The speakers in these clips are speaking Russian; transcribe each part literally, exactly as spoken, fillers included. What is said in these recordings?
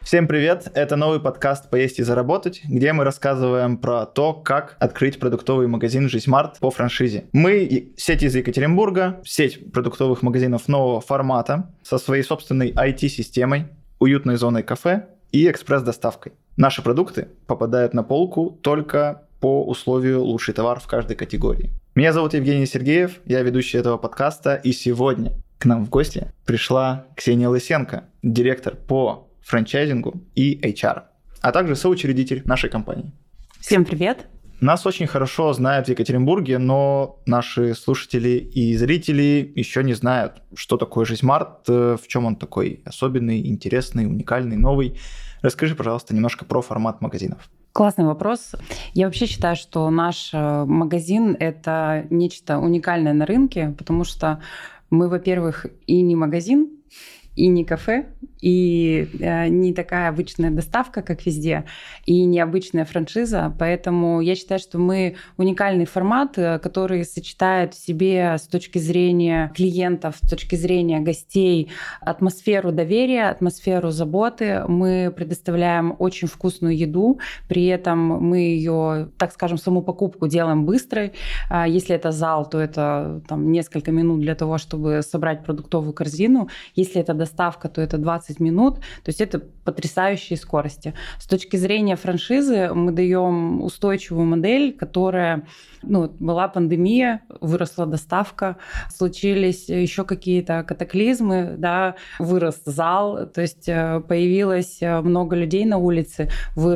Всем привет! Это новый подкаст «Поесть и заработать», где мы рассказываем про то, как открыть продуктовый магазин «Жизмарт» по франшизе. Мы сеть из Екатеринбурга, сеть продуктовых магазинов нового формата со своей собственной ай ти-системой, уютной зоной кафе и экспресс-доставкой. Наши продукты попадают на полку только по условию «Лучший товар в каждой категории». Меня зовут Евгений Сергеев, я ведущий этого подкаста, и сегодня к нам в гости пришла Ксения Лысенко, директор по франчайзингу и эйч ар, а также соучредитель нашей компании. Всем привет! Нас очень хорошо знают в Екатеринбурге, но наши слушатели и зрители еще не знают, что такое Жизмарт, в чем он такой особенный, интересный, уникальный, новый. Расскажи, пожалуйста, немножко про формат магазинов. Классный вопрос. Я вообще считаю, что наш магазин – это нечто уникальное на рынке, потому что мы, во-первых, и не магазин, и не кафе, и э, не такая обычная доставка, как везде, и необычная франшиза. Поэтому я считаю, что мы уникальный формат, который сочетает в себе с точки зрения клиентов, с точки зрения гостей атмосферу доверия, атмосферу заботы. Мы предоставляем очень вкусную еду, при этом мы ее, так скажем, саму покупку делаем быстрой. Если это зал, то это там, несколько минут для того, чтобы собрать продуктовую корзину. Если это доставка, то это двадцать минут. То есть это потрясающие скорости. С точки зрения франшизы мы даем устойчивую модель, которая... Ну, была пандемия, выросла доставка, случились еще какие-то катаклизмы, да, вырос зал, то есть появилось много людей на улице,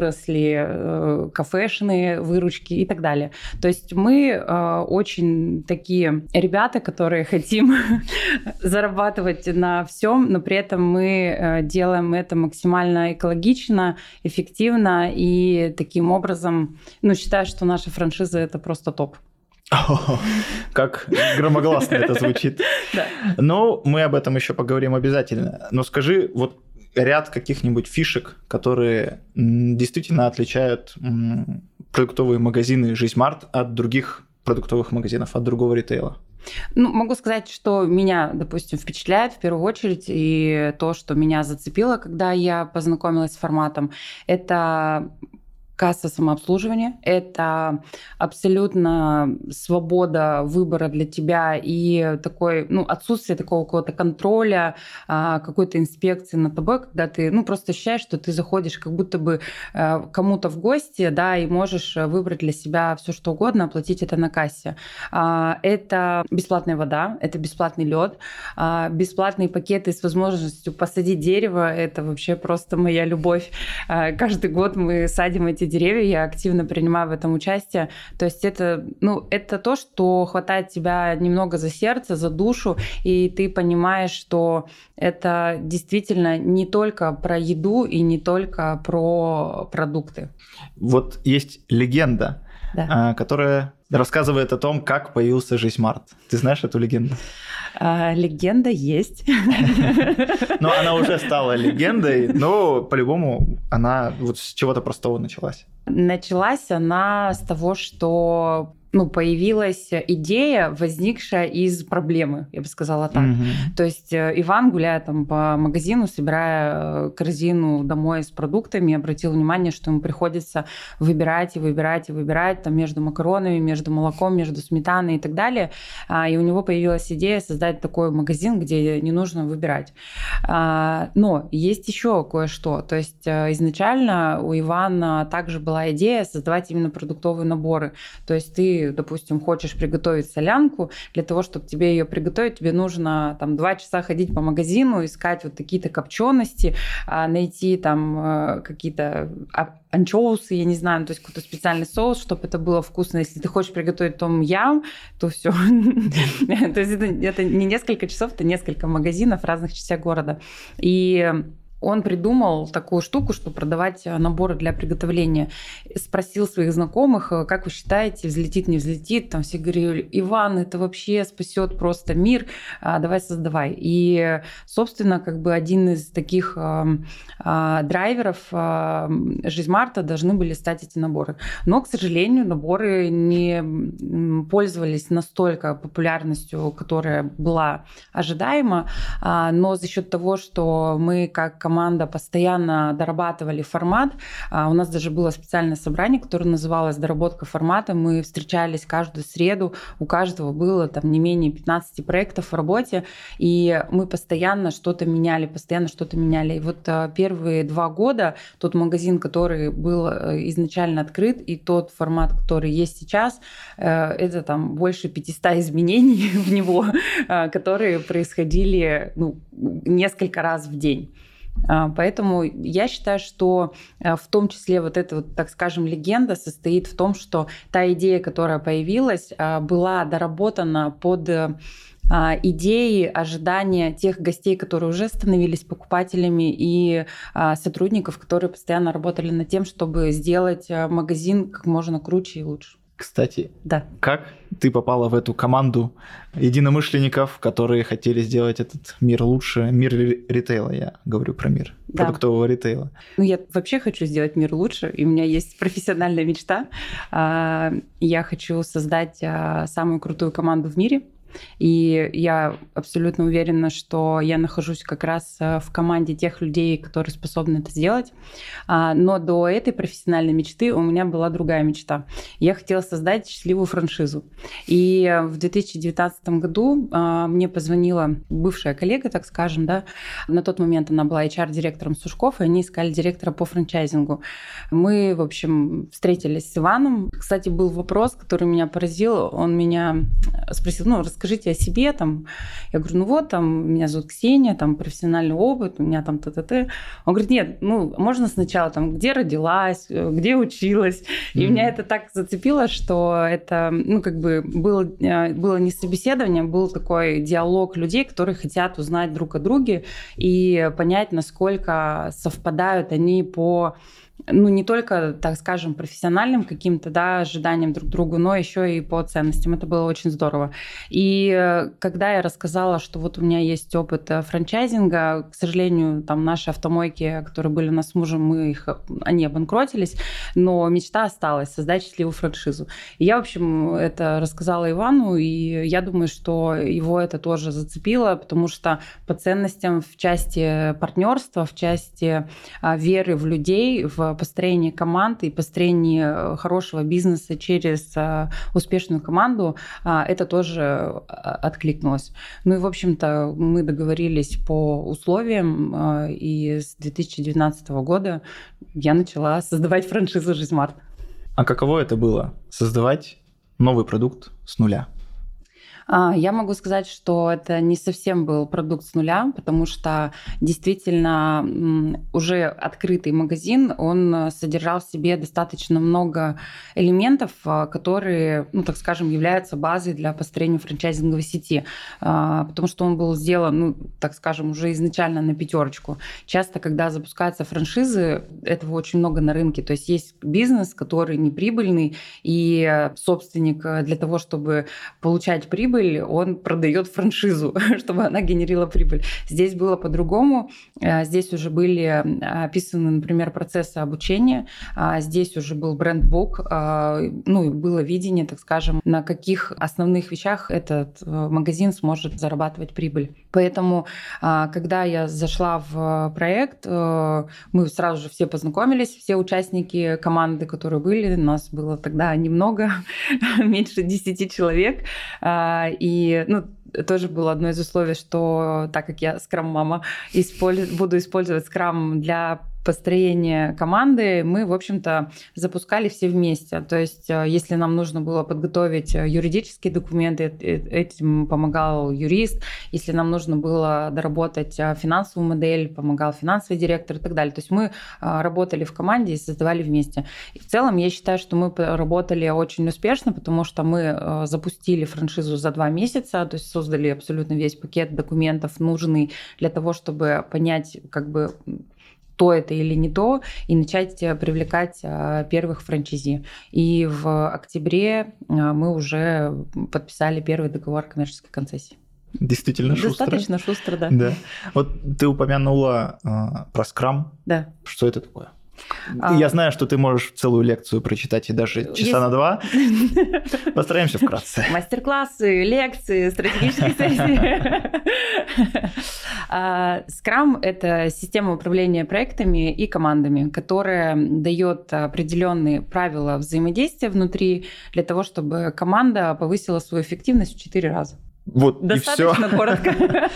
выросли кафешные выручки и так далее. То есть мы очень такие ребята, которые хотим зарабатывать на всем, но при этом мы делаем это максимально экологично, эффективно и таким образом, ну, считаю, что наша франшиза — это просто топ. О, как громогласно это звучит. Да. Но мы об этом еще поговорим обязательно. Но скажи, вот ряд каких-нибудь фишек, которые действительно отличают продуктовые магазины Жизмарт от других продуктовых магазинов, от другого ритейла. Ну, могу сказать, что меня, допустим, впечатляет в первую очередь, и то, что меня зацепило, когда я познакомилась с форматом, это касса самообслуживания, это абсолютно свобода выбора для тебя и такой, ну, отсутствие такого какого-то контроля, какой-то инспекции над тобой, когда ты, ну, просто ощущаешь, что ты заходишь как будто бы кому-то в гости, да, и можешь выбрать для себя все что угодно, оплатить это на кассе. Это бесплатная вода, это бесплатный лед, бесплатные пакеты с возможностью посадить дерево, это вообще просто моя любовь. Каждый год мы садим эти деревья, я активно принимаю в этом участие. То есть это, ну, это то, что хватает тебя немного за сердце, за душу, и ты понимаешь, что это действительно не только про еду и не только про продукты. Вот есть легенда, да. которая рассказывает о том, как появился Жизмарт. Ты знаешь эту легенду? А, легенда есть. Но она уже стала легендой, но по-любому она вот с чего-то простого началась. Началась она с того, что ну, появилась идея, возникшая из проблемы, я бы сказала так. Mm-hmm. То есть Иван, гуляя там по магазину, собирая корзину домой с продуктами, обратил внимание, что ему приходится выбирать и выбирать и выбирать там, между макаронами, между молоком, между сметаной и так далее. И у него появилась идея создать такой магазин, где не нужно выбирать. Но есть еще кое-что. То есть изначально у Ивана также была идея создавать именно продуктовые наборы. То есть ты, допустим, хочешь приготовить солянку, для того, чтобы тебе ее приготовить, тебе нужно там два часа ходить по магазину, искать вот какие-то копчености, найти там какие-то анчоусы, я не знаю, то есть какой-то специальный соус, чтобы это было вкусно. Если ты хочешь приготовить том-ям, то все. То есть это не несколько часов, это несколько магазинов в разных частях города. И он придумал такую штуку, что продавать наборы для приготовления. Спросил своих знакомых, как вы считаете, взлетит, не взлетит. Там все говорили: Иван, это вообще спасет просто мир, давай создавай. И, собственно, как бы один из таких драйверов Жизмарта должны были стать эти наборы. Но, к сожалению, наборы не пользовались настолько популярностью, которая была ожидаема. Но за счет того, что мы как команда постоянно дорабатывали формат. У нас даже было специальное собрание, которое называлось «Доработка формата». Мы встречались каждую среду, у каждого было там не менее пятнадцать проектов в работе, и мы постоянно что-то меняли, постоянно что-то меняли. И вот первые два года тот магазин, который был изначально открыт, и тот формат, который есть сейчас, это там больше пятьсот изменений в него, которые происходили ну, несколько раз в день. Поэтому я считаю, что в том числе вот эта, вот, так скажем, легенда состоит в том, что та идея, которая появилась, была доработана под идеи, ожидания тех гостей, которые уже становились покупателями, и сотрудников, которые постоянно работали над тем, чтобы сделать магазин как можно круче и лучше. Кстати, да. Как ты попала в эту команду единомышленников, которые хотели сделать этот мир лучше, мир ритейла, я говорю про мир да. продуктового ритейла? Ну, я вообще хочу сделать мир лучше, и у меня есть профессиональная мечта. Я хочу создать самую крутую команду в мире. И я абсолютно уверена, что я нахожусь как раз в команде тех людей, которые способны это сделать. Но до этой профессиональной мечты у меня была другая мечта. Я хотела создать счастливую франшизу. И в две тысячи девятнадцатом году мне позвонила бывшая коллега, так скажем, да. На тот момент она была эйч ар-директором Сушков, и они искали директора по франчайзингу. Мы, в общем, встретились с Иваном. Кстати, был вопрос, который меня поразил. Он меня спросил, ну, расскажите о себе, там, я говорю, ну вот, там, меня зовут Ксения, там, профессиональный опыт, у меня там т-т-т. Он говорит, нет, ну, можно сначала, там, где родилась, где училась. И mm-hmm. меня это так зацепило, что это, ну, как бы, было, было не собеседование, был такой диалог людей, которые хотят узнать друг о друге и понять, насколько совпадают они по... ну, не только, так скажем, профессиональным каким-то, да, ожиданиям друг другу, но еще и по ценностям. Это было очень здорово. И когда я рассказала, что вот у меня есть опыт франчайзинга, к сожалению, там наши автомойки, которые были у нас с мужем, мы их, они обанкротились, но мечта осталась — создать счастливую франшизу. И я, в общем, это рассказала Ивану, и я думаю, что его это тоже зацепило, потому что по ценностям в части партнерства, в части веры в людей, в построении команды и построении хорошего бизнеса через успешную команду, это тоже откликнулось. Ну и, в общем-то, мы договорились по условиям, и с две тысячи девятнадцатого года я начала создавать франшизу «Жизмарт». А каково это было — создавать новый продукт с нуля? Я могу сказать, что это не совсем был продукт с нуля, потому что действительно уже открытый магазин, он содержал в себе достаточно много элементов, которые, ну, так скажем, являются базой для построения франчайзинговой сети, потому что он был сделан, ну, так скажем, уже изначально на пятерочку. Часто, когда запускаются франшизы, этого очень много на рынке, то есть есть бизнес, который неприбыльный, и собственник для того, чтобы получать прибыль, он продает франшизу, чтобы она генерила прибыль. Здесь было по-другому. Здесь уже были описаны, например, процессы обучения. Здесь уже был брендбук. Ну, и было видение, так скажем, на каких основных вещах этот магазин сможет зарабатывать прибыль. Поэтому, когда я зашла в проект, мы сразу же все познакомились, все участники команды, которые были. У нас было тогда немного, меньше десяти человек. И, ну, тоже было одно из условий, что так как я скрам-мама, использ... буду использовать скрам для построения команды, мы, в общем-то, запускали все вместе. То есть, если нам нужно было подготовить юридические документы, этим помогал юрист. Если нам нужно было доработать финансовую модель, помогал финансовый директор и так далее. То есть мы работали в команде и создавали вместе. И в целом, я считаю, что мы работали очень успешно, потому что мы запустили франшизу за два месяца, то есть создали абсолютно весь пакет документов, нужный для того, чтобы понять, как бы, то это или не то, и начать привлекать первых франчайзи. И в октябре мы уже подписали первый договор коммерческой концессии. Действительно шустро. Достаточно шустро, да. Да. Вот ты упомянула э, про скрам. Да. Что это такое? Я знаю, что ты можешь целую лекцию прочитать и даже часа Есть... на два. Постараемся вкратце. Мастер-классы, лекции, стратегические сессии. Scrum — это система управления проектами и командами, которая дает определенные правила взаимодействия внутри для того, чтобы команда повысила свою эффективность в четыре раза. Вот Достаточно и все. коротко.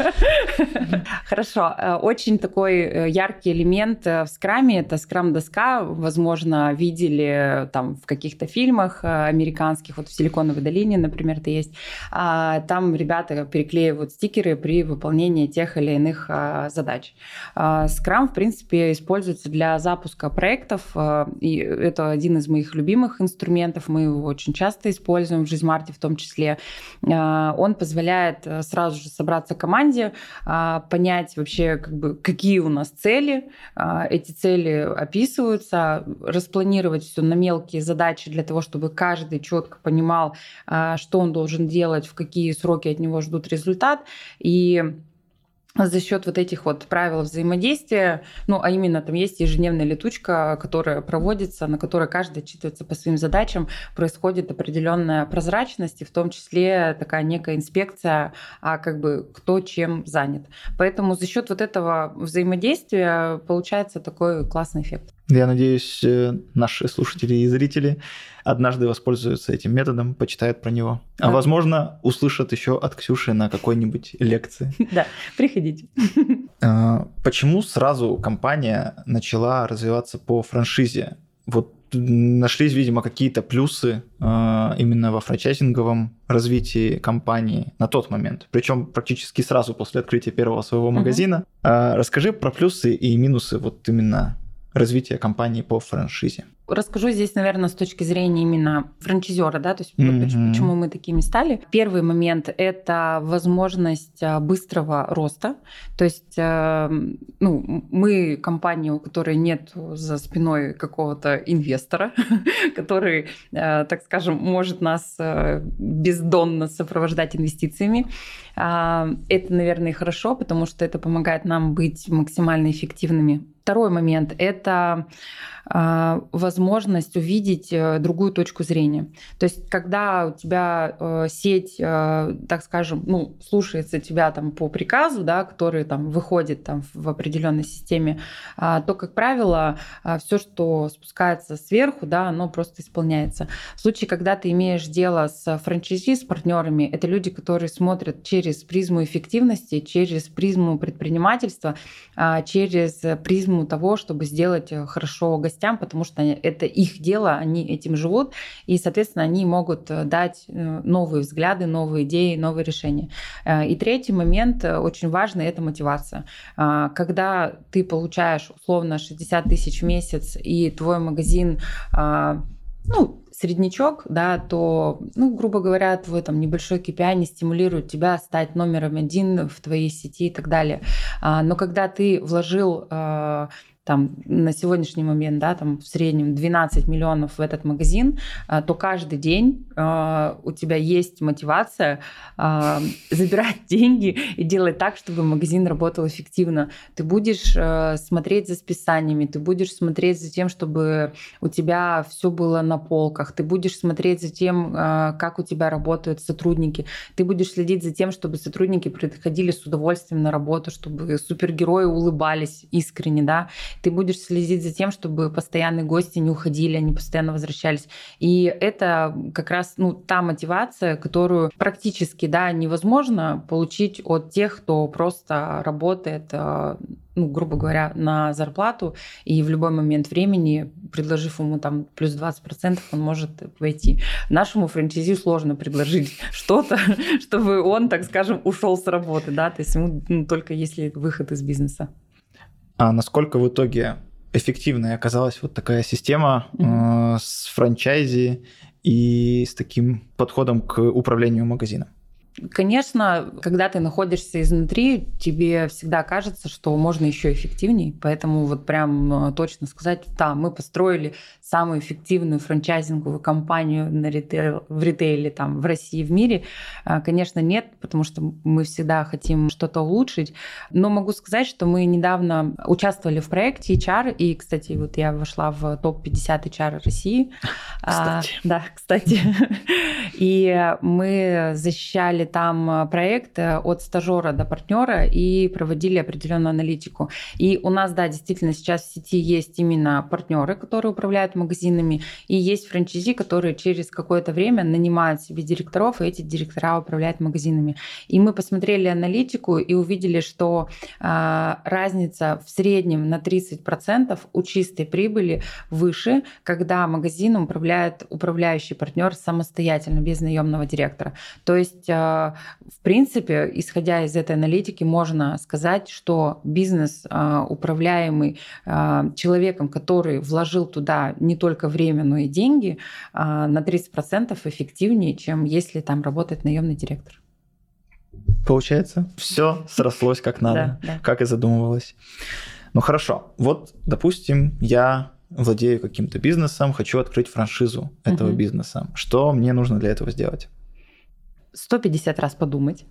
Хорошо. Очень такой яркий элемент в скраме — это скрам-доска. Возможно, видели там в каких-то фильмах американских, вот в Силиконовой долине, например, это есть. Там ребята переклеивают стикеры при выполнении тех или иных задач. Скрам, в принципе, используется для запуска проектов, и это один из моих любимых инструментов. Мы его очень часто используем в JustMart в том числе. Он позволяет сразу же собраться команде, понять вообще, как бы, какие у нас цели. Эти цели описываются, распланировать все на мелкие задачи для того, чтобы каждый четко понимал, что он должен делать, в какие сроки от него ждут результат. И за счет вот этих вот правил взаимодействия, ну, а именно там есть ежедневная летучка, которая проводится, на которой каждый отчитывается по своим задачам, происходит определенная прозрачность, и в том числе такая некая инспекция, а как бы кто чем занят. Поэтому за счет вот этого взаимодействия получается такой классный эффект. Я надеюсь, наши слушатели и зрители однажды воспользуются этим методом, почитают про него. А, да. Возможно, услышат еще от Ксюши на какой-нибудь лекции. Да, приходите. Почему сразу компания начала развиваться по франшизе? Вот нашлись, видимо, какие-то плюсы именно во франчайзинговом развитии компании на тот момент. Причем практически сразу после открытия первого своего магазина. Uh-huh. Расскажи про плюсы и минусы вот именно развития компании по франшизе. Расскажу здесь, наверное, с точки зрения именно франчайзера, да, то есть mm-hmm. почему мы такими стали. Первый момент – это возможность быстрого роста. То есть, ну, мы компания, у которой нет за спиной какого-то инвестора, который, так скажем, может нас бездонно сопровождать инвестициями. Это, наверное, и хорошо, потому что это помогает нам быть максимально эффективными. Второй момент – это возможность увидеть другую точку зрения. То есть, когда у тебя сеть, так скажем, ну, слушается тебя там по приказу, да, который там выходит там в определенной системе, то, как правило, все, что спускается сверху, да, оно просто исполняется. В случае, когда ты имеешь дело с франчайзи, с партнерами, это люди, которые смотрят через призму эффективности, через призму предпринимательства, через призму того, чтобы сделать хорошо гостям, потому что это их дело, они этим живут, и, соответственно, они могут дать новые взгляды, новые идеи, новые решения. И третий момент, очень важный, это мотивация. Когда ты получаешь условно шестьдесят тысяч в месяц, и твой магазин, ну, среднячок, да, то, ну, грубо говоря, твой там небольшой кей пи ай не стимулирует тебя стать номером один в твоей сети и так далее. Но когда ты вложил там, на сегодняшний момент, да, там, в среднем двенадцать миллионов в этот магазин, то каждый день э, у тебя есть мотивация э, забирать деньги и делать так, чтобы магазин работал эффективно. Ты будешь э, смотреть за списаниями, ты будешь смотреть за тем, чтобы у тебя все было на полках, ты будешь смотреть за тем, э, как у тебя работают сотрудники, ты будешь следить за тем, чтобы сотрудники приходили с удовольствием на работу, чтобы супергерои улыбались искренне, да. Ты будешь следить за тем, чтобы постоянные гости не уходили, они постоянно возвращались. И это как раз, ну, та мотивация, которую практически, да, невозможно получить от тех, кто просто работает, ну, грубо говоря, на зарплату, и в любой момент времени, предложив ему там плюс двадцать процентов, он может войти. Нашему франчайзи сложно предложить что-то, чтобы он, так скажем, ушел с работы, да, то есть ему, ну, только если выход из бизнеса. А насколько в итоге эффективной оказалась вот такая система mm-hmm. э, с франчайзи и с таким подходом к управлению магазином? Конечно, когда ты находишься изнутри, тебе всегда кажется, что можно еще эффективней. Поэтому вот прям точно сказать, да, мы построили самую эффективную франчайзинговую компанию на ритейл, в ритейле там, в России, в мире, конечно, нет, потому что мы всегда хотим что-то улучшить. Но могу сказать, что мы недавно участвовали в проекте эйч ар, и, кстати, вот я вошла в топ пятьдесят эйч ар России. Кстати. А, да, кстати. И мы защищали там проект от стажера до партнера и проводили определенную аналитику. И у нас, да, действительно сейчас в сети есть именно партнеры, которые управляют магазинами, и есть франчайзи, которые через какое-то время нанимают себе директоров, и эти директора управляют магазинами. И мы посмотрели аналитику и увидели, что а, разница в среднем на тридцать процентов у чистой прибыли выше, когда магазином управляет управляющий партнер самостоятельно, без наемного директора. То есть, в принципе, исходя из этой аналитики, можно сказать, что бизнес, управляемый человеком, который вложил туда не только время, но и деньги, на тридцать процентов эффективнее, чем если там работает наемный директор. Получается, все срослось как надо, да, да. как и задумывалось. Ну хорошо, вот, допустим, я владею каким-то бизнесом, хочу открыть франшизу этого uh-huh. бизнеса. Что мне нужно для этого сделать? сто пятьдесят раз подумать.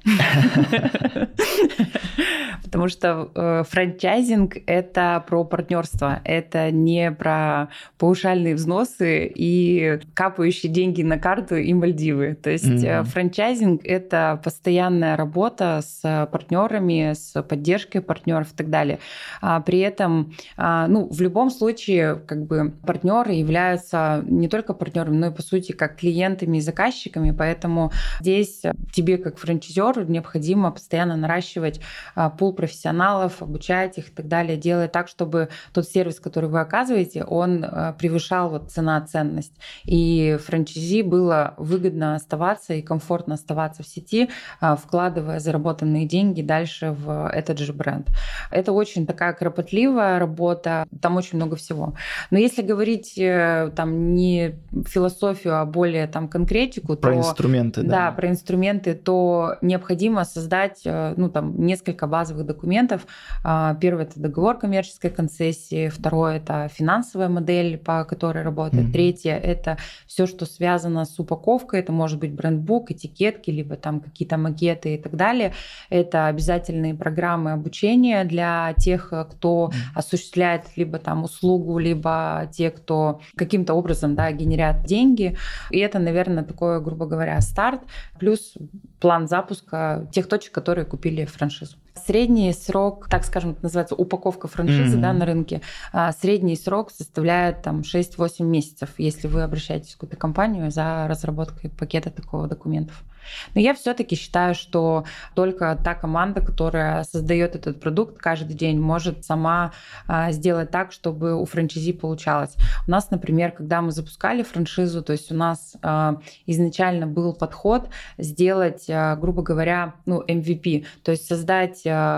Потому что э, франчайзинг – это про партнерство, это не про паушальные взносы и капающие деньги на карту и Мальдивы. То есть mm-hmm. франчайзинг – это постоянная работа с партнерами, с поддержкой партнеров и так далее. А при этом, а, ну, в любом случае, как бы партнеры являются не только партнерами, но и, по сути, как клиентами и заказчиками, поэтому здесь тебе, как франчайзеру, необходимо постоянно наращивать а, пул профессионалов, обучать их и так далее, делать так, чтобы тот сервис, который вы оказываете, он превышал вот цена-ценность. И франчайзи было выгодно оставаться и комфортно оставаться в сети, вкладывая заработанные деньги дальше в этот же бренд. Это очень такая кропотливая работа, там очень много всего. Но если говорить там не философию, а более там конкретику, про то... инструменты, да. Да, про инструменты, то необходимо создать ну, там, несколько базовых документов. Первый – это договор коммерческой концессии, второе – это финансовая модель, по которой работает, mm-hmm. третье – это все, что связано с упаковкой, это может быть брендбук, этикетки, либо там какие-то макеты и так далее. Это обязательные программы обучения для тех, кто mm-hmm. осуществляет либо там услугу, либо те, кто каким-то образом, да, генерят деньги. И это, наверное, такой, грубо говоря, старт, плюс план запуска тех точек, которые купили франшизу. Средний срок, так скажем, это называется упаковка франшизы mm-hmm. да, на рынке, средний срок составляет там, шесть-восемь месяцев, если вы обращаетесь в какую-то компанию за разработкой пакета такого документов. Но я все-таки считаю, что только та команда, которая создает этот продукт каждый день, может сама сделать так, чтобы у франчайзи получалось. У нас, например, когда мы запускали франшизу, то есть у нас изначально был подход сделать, грубо говоря, ну, эм ви пи, то есть создать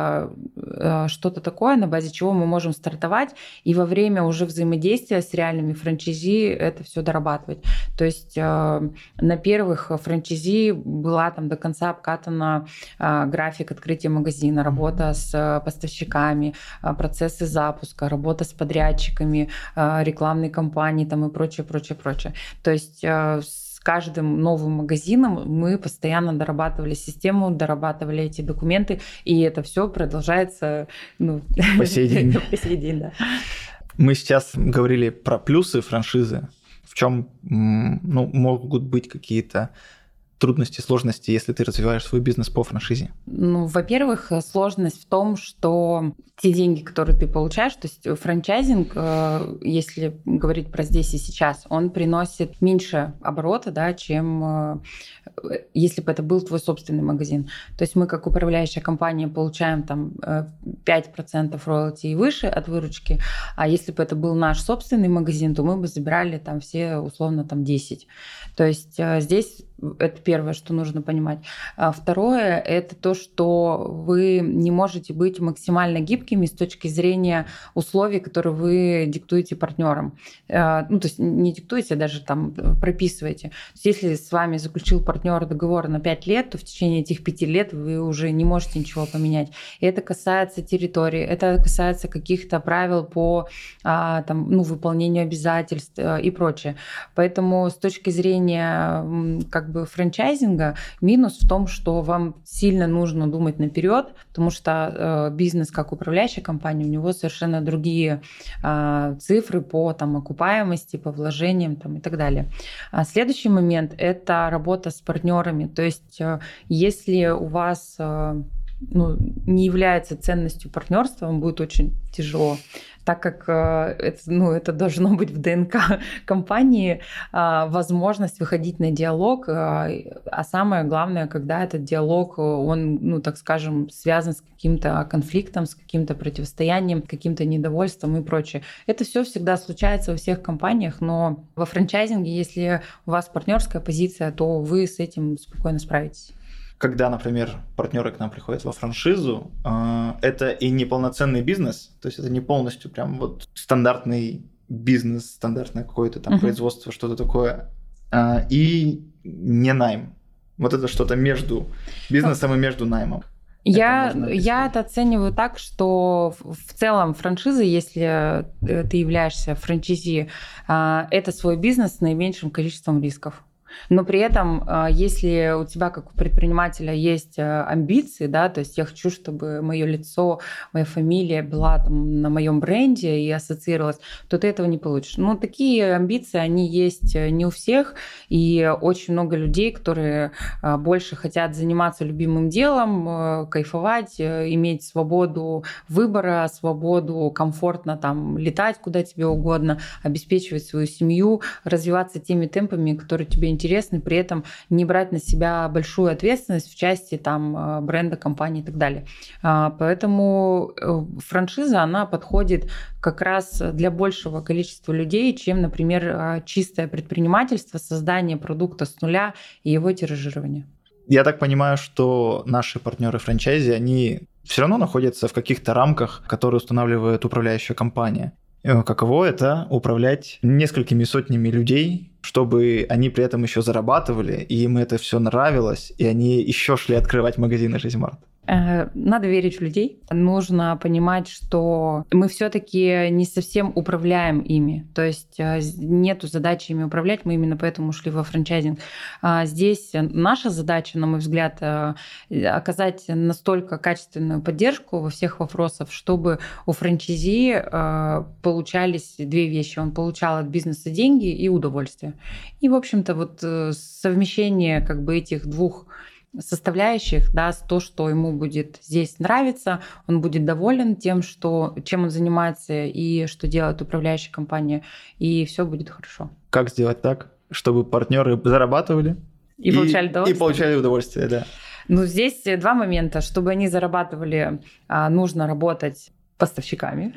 что-то такое, на базе чего мы можем стартовать и во время уже взаимодействия с реальными франчайзи это все дорабатывать. То есть на первых франчайзи была там до конца обкатана график открытия магазина, работа с поставщиками, процессы запуска, работа с подрядчиками, рекламные кампании там и прочее, прочее, прочее. То есть с каждым новым магазином мы постоянно дорабатывали систему, дорабатывали эти документы, и это все продолжается ну, по сей день. По сей день, да. Мы сейчас говорили про плюсы франшизы. В чем ну, могут быть какие-то трудности, сложности, если ты развиваешь свой бизнес по франшизе? Ну, во-первых, сложность в том, что те деньги, которые ты получаешь, то есть франчайзинг, если говорить про здесь и сейчас, он приносит меньше оборота, да, чем если бы это был твой собственный магазин. То есть мы, как управляющая компания, получаем там пять процентов роялти и выше от выручки, а если бы это был наш собственный магазин, то мы бы забирали там все условно там десять. То есть здесь Это первое, что нужно понимать. А второе – это то, что вы не можете быть максимально гибкими с точки зрения условий, которые вы диктуете партнерам. Ну, то есть не диктуете, а даже там прописываете. То есть если с вами заключил партнер договор на пять лет, то в течение этих пяти лет вы уже не можете ничего поменять. И это касается территории, это касается каких-то правил по там, ну, выполнению обязательств и прочее. Поэтому с точки зрения как бы франчайзинга минус в том, что вам сильно нужно думать наперед, потому что э, бизнес как управляющая компания, у него совершенно другие э, цифры по там, окупаемости, по вложениям там, и так далее. А следующий момент – это работа с партнерами. То есть э, если у вас э, ну, не является ценностью партнерства, вам будет очень тяжело, так как это, ну, это должно быть в ДНК компании, возможность выходить на диалог, а самое главное, когда этот диалог, он, ну, так скажем, связан с каким-то конфликтом, с каким-то противостоянием, каким-то недовольством и прочее. Это все всегда случается во всех компаниях, но во франчайзинге, если у вас партнерская позиция, то вы с этим спокойно справитесь. Когда, например, партнеры к нам приходят во франшизу, это и не полноценный бизнес, то есть это не полностью прям вот стандартный бизнес, стандартное какое-то там uh-huh. производство, что-то такое, и не найм. Вот это что-то между бизнесом uh-huh. и между наймом. Я, это я это оцениваю так, что в целом франшиза, если ты являешься франчайзи, это свой бизнес с наименьшим количеством рисков. Но при этом, если у тебя, как у предпринимателя, есть амбиции, да, то есть я хочу, чтобы мое лицо, моя фамилия была там на моем бренде и ассоциировалась, то ты этого не получишь. Но такие амбиции, они есть не у всех, и очень много людей, которые больше хотят заниматься любимым делом, кайфовать, иметь свободу выбора, свободу комфортно там летать куда тебе угодно, обеспечивать свою семью, развиваться теми темпами, которые тебе интересны, интересны, при этом не брать на себя большую ответственность в части там, бренда, компании и так далее. Поэтому франшиза, она подходит как раз для большего количества людей, чем, например, чистое предпринимательство, создание продукта с нуля и его тиражирование. Я так понимаю, что наши партнеры франчайзи, они все равно находятся в каких-то рамках, которые устанавливает управляющая компания. Каково это управлять несколькими сотнями людей, чтобы они при этом еще зарабатывали, и им это все нравилось, и они еще шли открывать магазины «Жизмарт»? Надо верить в людей. Нужно понимать, что мы все-таки не совсем управляем ими. То есть нету задачи ими управлять, мы именно поэтому ушли во франчайзинг. Здесь наша задача, на мой взгляд, оказать настолько качественную поддержку во всех вопросах, чтобы у франчайзи получались две вещи. Он получал от бизнеса деньги и удовольствие. И, в общем-то, вот совмещение как бы этих двух составляющих, да, то, что ему будет здесь нравиться, он будет доволен тем, что, чем он занимается и что делает управляющая компания, и все будет хорошо. Как сделать так, чтобы партнеры зарабатывали и, и получали удовольствие? И получали удовольствие, да. Ну, здесь два момента. Чтобы они зарабатывали, нужно работать поставщиками.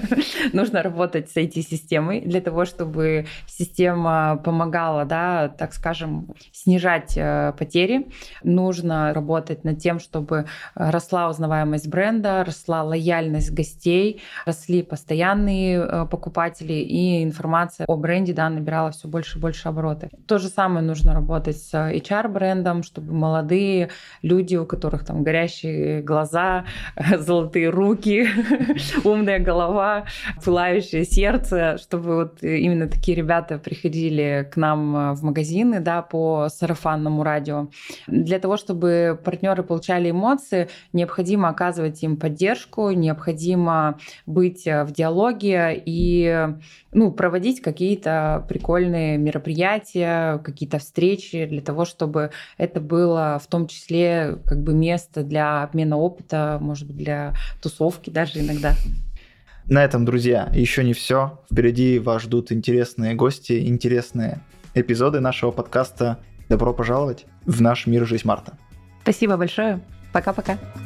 Нужно работать с ай ти-системой для того, чтобы система помогала, да, так скажем, снижать потери. Нужно работать над тем, чтобы росла узнаваемость бренда, росла лояльность гостей, росли постоянные покупатели, и информация о бренде, да, набирала все больше и больше обороты. То же самое нужно работать с эйч ар-брендом, чтобы молодые люди, у которых там горящие глаза, золотые руки, умная голова, пылающее сердце, чтобы вот именно такие ребята приходили к нам в магазины, да, по сарафанному радио. Для того, чтобы партнеры получали эмоции, необходимо оказывать им поддержку, необходимо быть в диалоге и, ну, проводить какие-то прикольные мероприятия, какие-то встречи для того, чтобы это было в том числе как бы место для обмена опыта, может быть, для тусовки даже иногда. На этом, друзья, еще не все. Впереди вас ждут интересные гости, интересные эпизоды нашего подкаста. Добро пожаловать в наш мир «Жизмарта». Спасибо большое. Пока-пока.